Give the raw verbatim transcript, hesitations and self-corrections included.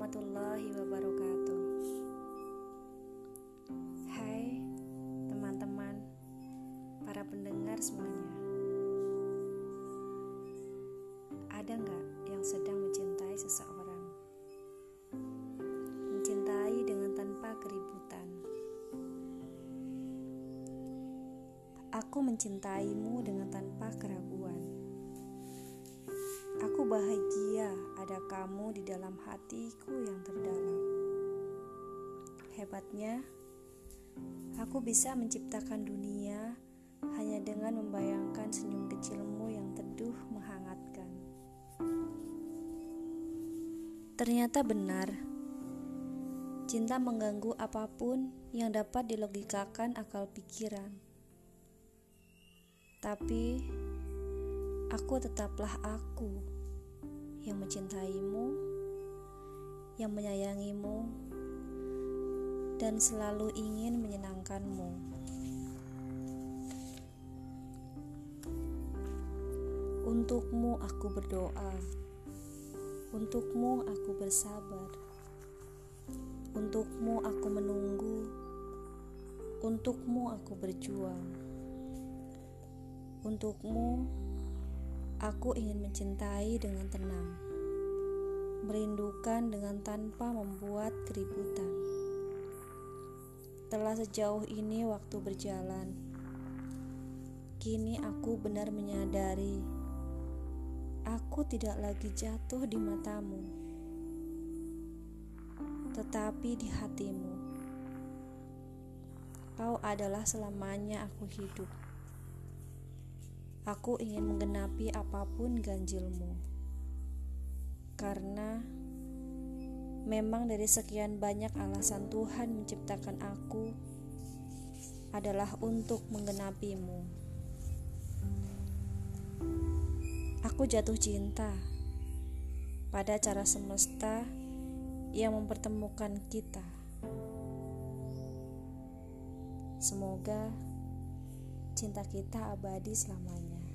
warahmatullahi wabarakatuh. Hai teman-teman, para pendengar semuanya. Ada nggak yang sedang mencintai seseorang? Mencintai dengan tanpa keributan. Aku mencintaimu dengan tanpa keraguan. Aku bahagia ada kamu di dalam hatiku yang terdalam. Hebatnya, aku bisa menciptakan dunia hanya dengan membayangkan senyum kecilmu yang teduh menghangatkan. Ternyata benar, cinta mengganggu apapun yang dapat dilogikakan akal pikiran. Tapi aku tetaplah aku yang mencintaimu, yang menyayangimu, dan selalu ingin menyenangkanmu. Untukmu aku berdoa, untukmu aku bersabar, untukmu aku menunggu, untukmu aku berjuang, untukmu aku ingin mencintai dengan tenang, merindukan dengan tanpa membuat keributan. Telah sejauh ini waktu berjalan, kini aku benar menyadari aku tidak lagi jatuh di matamu, tetapi di hatimu. Kau adalah selamanya aku hidup. Aku ingin menggenapi apapun ganjilmu, karena memang dari sekian banyak alasan Tuhan menciptakan aku adalah untuk menggenapimu. Aku jatuh cinta pada cara semesta yang mempertemukan kita. Semoga cinta kita abadi selamanya.